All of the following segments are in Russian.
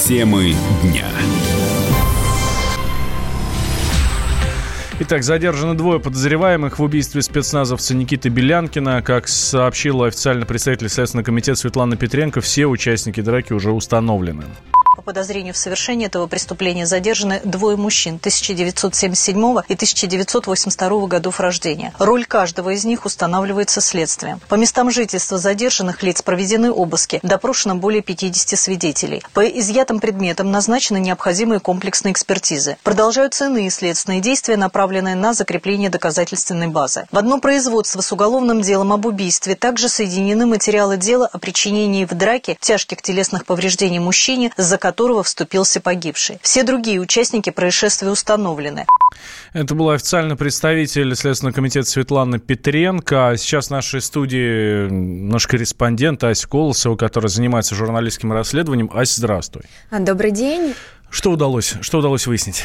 Темы дня. Итак, задержаны двое подозреваемых в убийстве спецназовца Никиты Белянкина. Как сообщила официальный представитель Следственного комитета Светлана Петренко, все участники драки уже установлены. По подозрению в совершении этого преступления задержаны двое мужчин 1977 и 1982 годов рождения. Роль каждого из них устанавливается следствием. По местам жительства задержанных лиц проведены обыски, допрошено более 50 свидетелей. По изъятым предметам назначены необходимые комплексные экспертизы. Продолжаются иные следственные действия, направленные на закрепление доказательственной базы. В одно производство с уголовным делом об убийстве также соединены материалы дела о причинении в драке тяжких телесных повреждений мужчине, за которого вступился погибший. Все другие участники происшествия установлены. Это был официальный представитель Следственного комитета Светлана Петренко. Сейчас в нашей студии наш корреспондент Ася Колосова, которая занимается журналистским расследованием. Ася, здравствуй. Добрый день. Что удалось выяснить?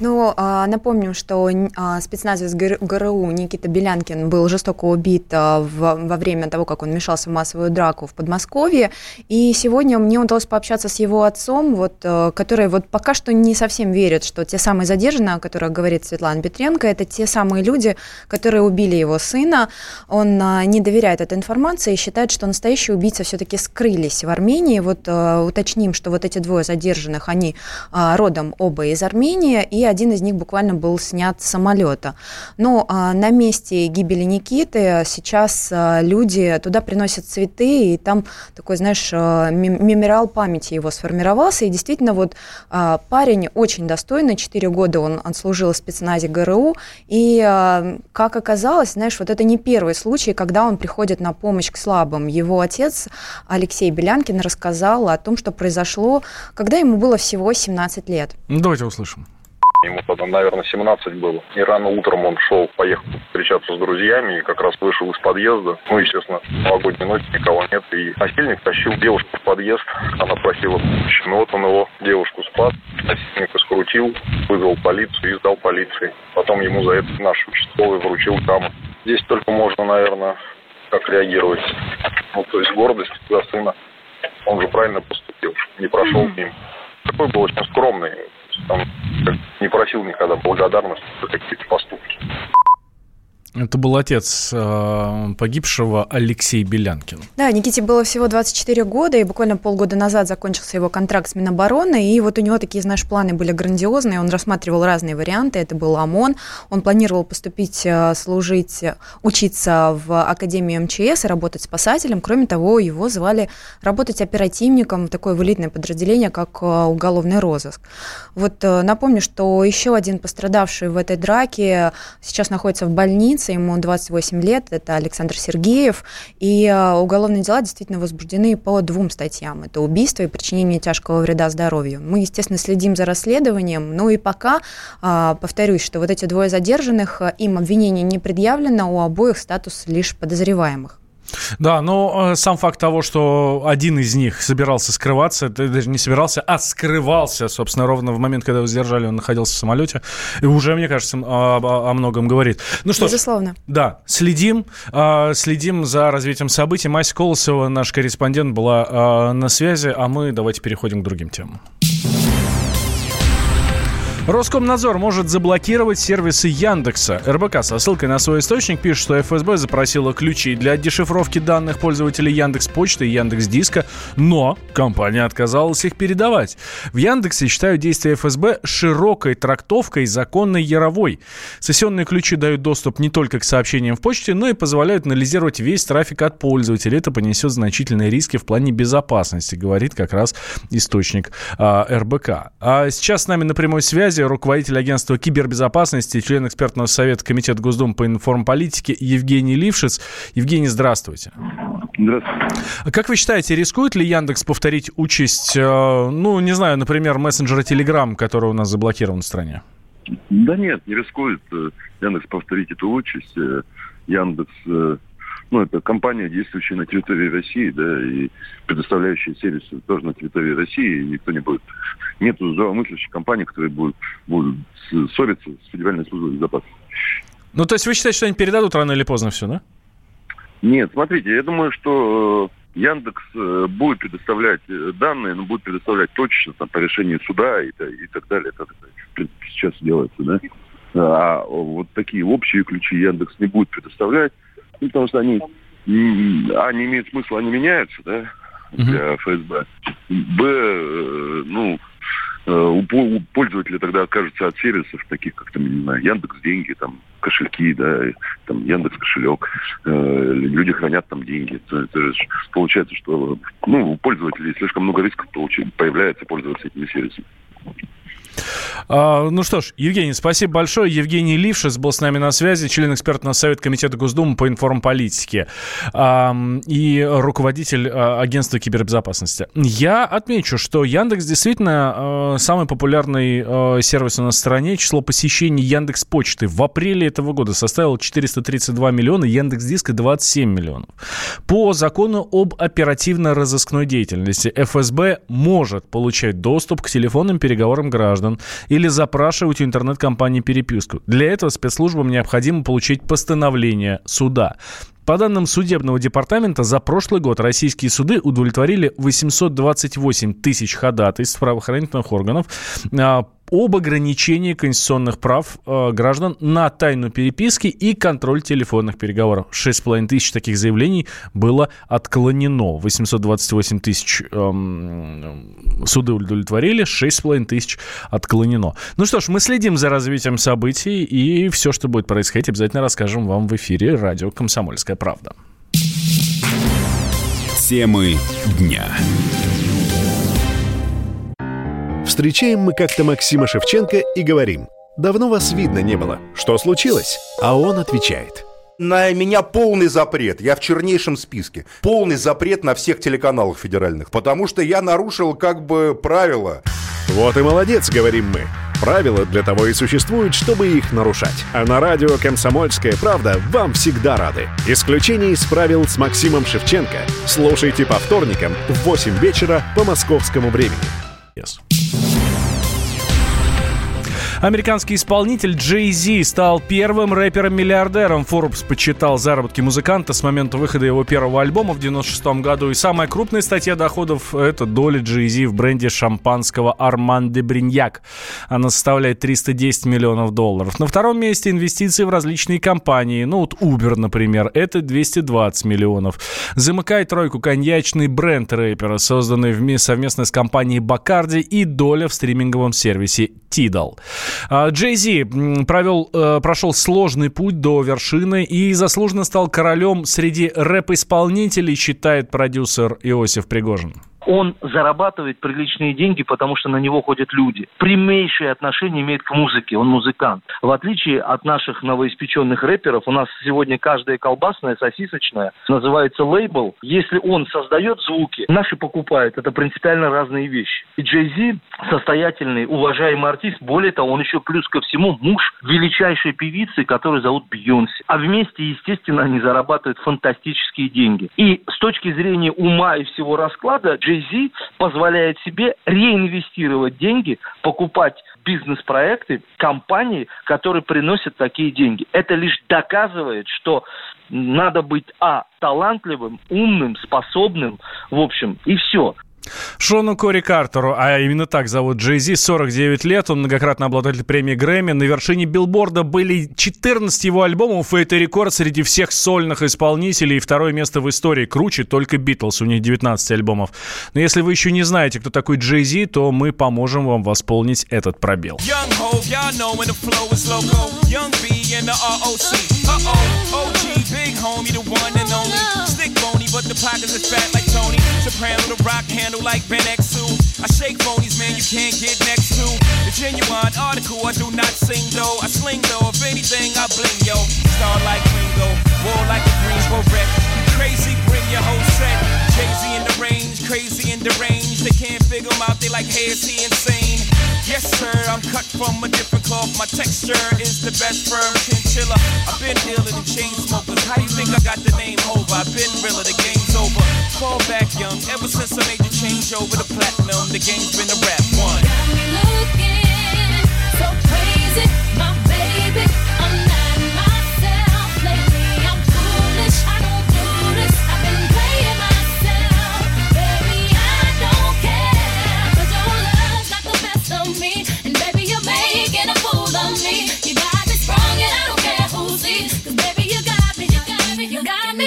Напомним, что спецназовец ГРУ Никита Белянкин был жестоко убит во время того, как он вмешался в массовую драку в Подмосковье. И сегодня мне удалось пообщаться с его отцом, который пока что не совсем верит, что те самые задержанные, о которых говорит Светлана Петренко, это те самые люди, которые убили его сына. Он не доверяет этой информации и считает, что настоящие убийцы все-таки скрылись в Армении. Уточним, что эти двое задержанных, они родом оба из Армении, и один из них буквально был снят с самолета. Но на месте гибели Никиты сейчас люди туда приносят цветы, и там такой, мемориал памяти его сформировался, и действительно парень очень достойный, 4 года он отслужил в спецназе ГРУ, и как оказалось, это не первый случай, когда он приходит на помощь к слабым. Его отец Алексей Белянкин рассказал о том, что произошло, когда ему было всего 17 лет. Давайте услышим. Ему тогда, наверное, 17 было. И рано утром он поехал встречаться с друзьями, и как раз вышел из подъезда. Естественно, новогодней ночи никого нет. И насильник тащил девушку в подъезд. Она просила помощи. Он его, девушку, спас. Насильника скрутил, вызвал полицию и сдал полиции. Потом ему за это наш участковый вручил каму. Здесь только можно, наверное, как реагировать. То есть гордость за сына. Он же правильно поступил, не прошел мимо. Такой был очень скромный. Не просил никогда благодарности за какие-то поступки. Это был отец погибшего Алексей Белянкин. Да, Никите было всего 24 года, и буквально полгода назад закончился его контракт с Минобороны, и у него такие, планы были грандиозные, он рассматривал разные варианты, это был ОМОН, он планировал поступить, учиться в Академию МЧС и работать спасателем, кроме того, его звали работать оперативником в такое элитное подразделение, как уголовный розыск. Напомню, что еще один пострадавший в этой драке сейчас находится в больнице, ему 28 лет, это Александр Сергеев, и уголовные дела действительно возбуждены по 2 статьям. Это убийство и причинение тяжкого вреда здоровью. Мы, естественно, следим за расследованием, и пока, повторюсь, что эти двое задержанных, им обвинение не предъявлено, у обоих статус лишь подозреваемых. Да, но сам факт того, что один из них собирался скрываться, это даже не собирался, а скрывался, собственно, ровно в момент, когда его задержали, он находился в самолете, и уже, мне кажется, о многом говорит. Безусловно. Да, следим за развитием событий. Ася Колосова, наш корреспондент, была на связи, а мы давайте переходим к другим темам. Роскомнадзор может заблокировать сервисы Яндекса. РБК со ссылкой на свой источник пишет, что ФСБ запросила ключи для дешифровки данных пользователей Яндекс.Почты и Яндекс.Диска, но компания отказалась их передавать. В Яндексе считают действия ФСБ широкой трактовкой законной яровой. Сессионные ключи дают доступ не только к сообщениям в почте, но и позволяют анализировать весь трафик от пользователей. Это понесет значительные риски в плане безопасности, говорит как раз источник РБК. А сейчас с нами на прямой связи руководитель агентства кибербезопасности, член экспертного совета Комитета Госдумы по информполитике Евгений Лившиц. Евгений, здравствуйте. Здравствуйте. Как вы считаете, рискует ли Яндекс повторить участь, например, мессенджера Telegram, который у нас заблокирован в стране? Да нет, не рискует Яндекс повторить эту участь. Яндекс, это компания, действующая на территории России, да, и предоставляющая сервисы тоже на территории России, и никто не будет. Нету здравомыслящих компаний, которые будут ссориться с Федеральной службой безопасности. То есть вы считаете, что они передадут рано или поздно все, да? Нет, смотрите, я думаю, что Яндекс будет предоставлять данные, но будет предоставлять точечно там, по решению суда и так далее. Это, в принципе, сейчас делается, да? А вот такие общие ключи Яндекс не будет предоставлять, потому что они не имеют смысла, они меняются, да, для ФСБ. У пользователя тогда окажется от сервисов, таких как, там, не знаю, Яндекс.Деньги, там, кошельки, да, там, Яндекс.Кошелек. Люди хранят там деньги. Это получается, что у пользователей слишком много рисков появляется пользоваться этими сервисами. Ну что ж, Евгений, спасибо большое. Евгений Лившиц был с нами на связи, член экспертного совета Комитета Госдумы по информполитике и руководитель агентства кибербезопасности. Я отмечу, что Яндекс действительно самый популярный сервис у нас в стране. Число посещений Яндекс.Почты в апреле этого года составило 432 миллиона, Яндекс.Диска 27 миллионов. По закону об оперативно-розыскной деятельности ФСБ может получать доступ к телефонным переговорам граждан или запрашивать у интернет-компании переписку. Для этого спецслужбам необходимо получить постановление суда. По данным судебного департамента, за прошлый год российские суды удовлетворили 828 тысяч ходатайств правоохранительных органов об ограничении конституционных прав граждан на тайну переписки и контроль телефонных переговоров. 6,5 тысяч таких заявлений было отклонено. 828 тысяч суды удовлетворили, 6,5 тысяч отклонено. Ну что ж, мы следим за развитием событий, и все, что будет происходить, обязательно расскажем вам в эфире радио «Комсомольская правда». Темы дня. Встречаем мы как-то Максима Шевченко и говорим: «Давно вас видно не было. Что случилось?» А он отвечает: «На меня полный запрет. Я в чернейшем списке. Полный запрет на всех телеканалах федеральных, потому что я нарушил правила». Вот и молодец, говорим мы. Правила для того и существуют, чтобы их нарушать. А на радио «Комсомольская правда» вам всегда рады. Исключение из правил с Максимом Шевченко слушайте по вторникам в 8 вечера по московскому времени. Yes. Американский исполнитель Джей Зи стал первым рэпером-миллиардером. Forbes подсчитал заработки музыканта с момента выхода его первого альбома в 1996 году. И самая крупная статья доходов – это доля Джей Зи в бренде шампанского «Арман де Бриньяк». Она составляет 310 миллионов долларов. На втором месте инвестиции в различные компании. Uber, например, это 220 миллионов. Замыкает тройку коньячный бренд рэпера, созданный совместно с компанией Bacardi, и доля в стриминговом сервисе Tidal. Джей Зи прошел сложный путь до вершины и заслуженно стал королем среди рэп-исполнителей, считает продюсер Иосиф Пригожин. Он зарабатывает приличные деньги, потому что на него ходят люди. Прямейшее отношение имеет к музыке, он музыкант. В отличие от наших новоиспеченных рэперов, у нас сегодня каждая колбасная, сосисочная называется лейбл. Если он создает звуки, наши покупают. Это принципиально разные вещи. И Джей Зи состоятельный, уважаемый артист. Более того, он еще плюс ко всему муж величайшей певицы, которую зовут Бейонсе. А вместе, естественно, они зарабатывают фантастические деньги. И с точки зрения ума и всего расклада, Джей Зи позволяет себе реинвестировать деньги, покупать бизнес-проекты, компании, которые приносят такие деньги. Это лишь доказывает, что надо быть талантливым, умным, способным, в общем, и все. Шону Кори Картеру, а именно так зовут Джей Зи, 49 лет, он многократно обладатель премии Грэмми. На вершине Билборда были 14 его альбомов, и это рекорд среди всех сольных исполнителей, и второе место в истории. Круче только Битлз, у них 19 альбомов. Но если вы еще не знаете, кто такой Джей Зи, то мы поможем вам восполнить этот пробел. Like Ben X2, I shake phonies, man, you can't get next to the genuine article. I do not sing though, I sling though. If anything, I bling yo. Star like Ringo, war like a Greensboro wreck. Crazy, bring your whole set. Jay-Z in the range, crazy in the range. They can't figure him out, they like, hey, is he insane? Yes, sir, I'm cut from a different cloth. My texture is the best firm chinchilla. I've been dealing in chain smokers. How you think I got the name over? I've been realer, the game's over. Fall back young, ever since I made the change over to platinum, the game's been a rap one. Got me looking so crazy, my baby. I'm not myself lately. I'm foolish, I don't do this. I've been playing myself.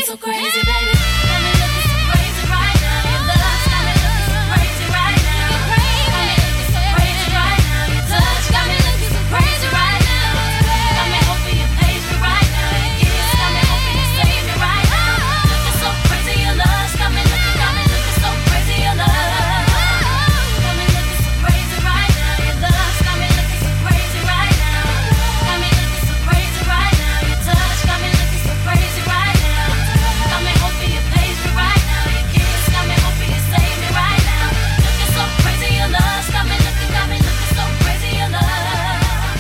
so crazy, baby. Got me looking so crazy right now. Your love's got me looking so crazy right now. Got me looking so crazy right now. Your touch got me looking so crazy right now. Got me hoping you page me right now. Your kiss got me hoping you save me right now. Looking so crazy, your love's got me looking so crazy, your love. Got me looking so crazy right now. Your love's got me looking so crazy right now. Got me looking so crazy right now. Your touch got me looking so crazy right now. Got me hoping you page me right now. Your kiss got me hoping you save me right now. Looking so crazy, your love's got me looking so crazy, your love.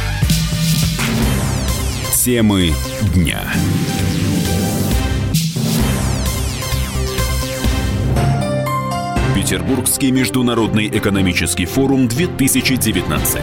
Темы дня. Петербургский международный экономический форум 2019.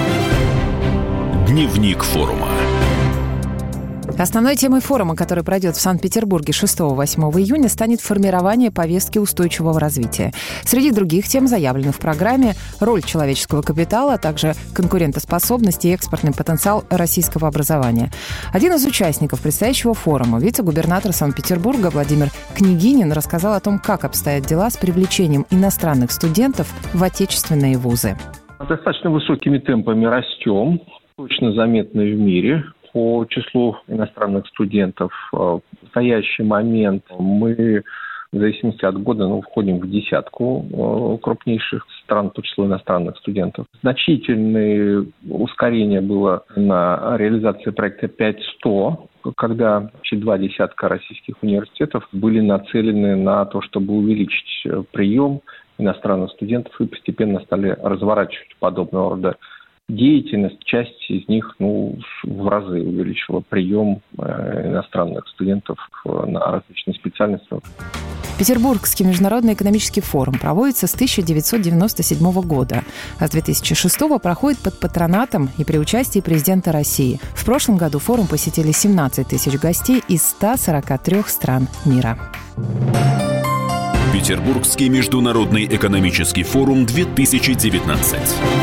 Дневник форума. Основной темой форума, который пройдет в Санкт-Петербурге 6-8 июня, станет формирование повестки устойчивого развития. Среди других тем заявлены в программе роль человеческого капитала, а также конкурентоспособность и экспортный потенциал российского образования. Один из участников предстоящего форума, вице-губернатор Санкт-Петербурга Владимир Княгинин, рассказал о том, как обстоят дела с привлечением иностранных студентов в отечественные вузы. Достаточно высокими темпами растем, точно заметны в мире. По числу иностранных студентов в настоящий момент мы, в зависимости от года, входим в десятку крупнейших стран по числу иностранных студентов. Значительное ускорение было на реализации проекта 5-100, когда почти 2 десятка российских университетов были нацелены на то, чтобы увеличить прием иностранных студентов и постепенно стали разворачивать подобного рода деятельность. Часть из них в разы увеличила прием иностранных студентов на различные специальности. Петербургский международный экономический форум проводится с 1997 года, а с 2006 проходит под патронатом и при участии президента России. В прошлом году форум посетили 17 тысяч гостей из 143 стран мира. Петербургский международный экономический форум 2019.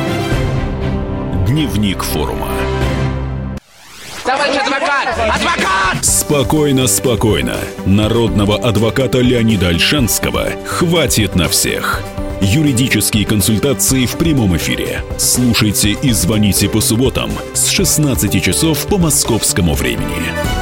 Дневник форума. Товарищ адвокат! Адвокат! Спокойно, спокойно. Народного адвоката Леонида Ольшанского хватит на всех. Юридические консультации в прямом эфире. Слушайте и звоните по субботам с 16 часов по московскому времени.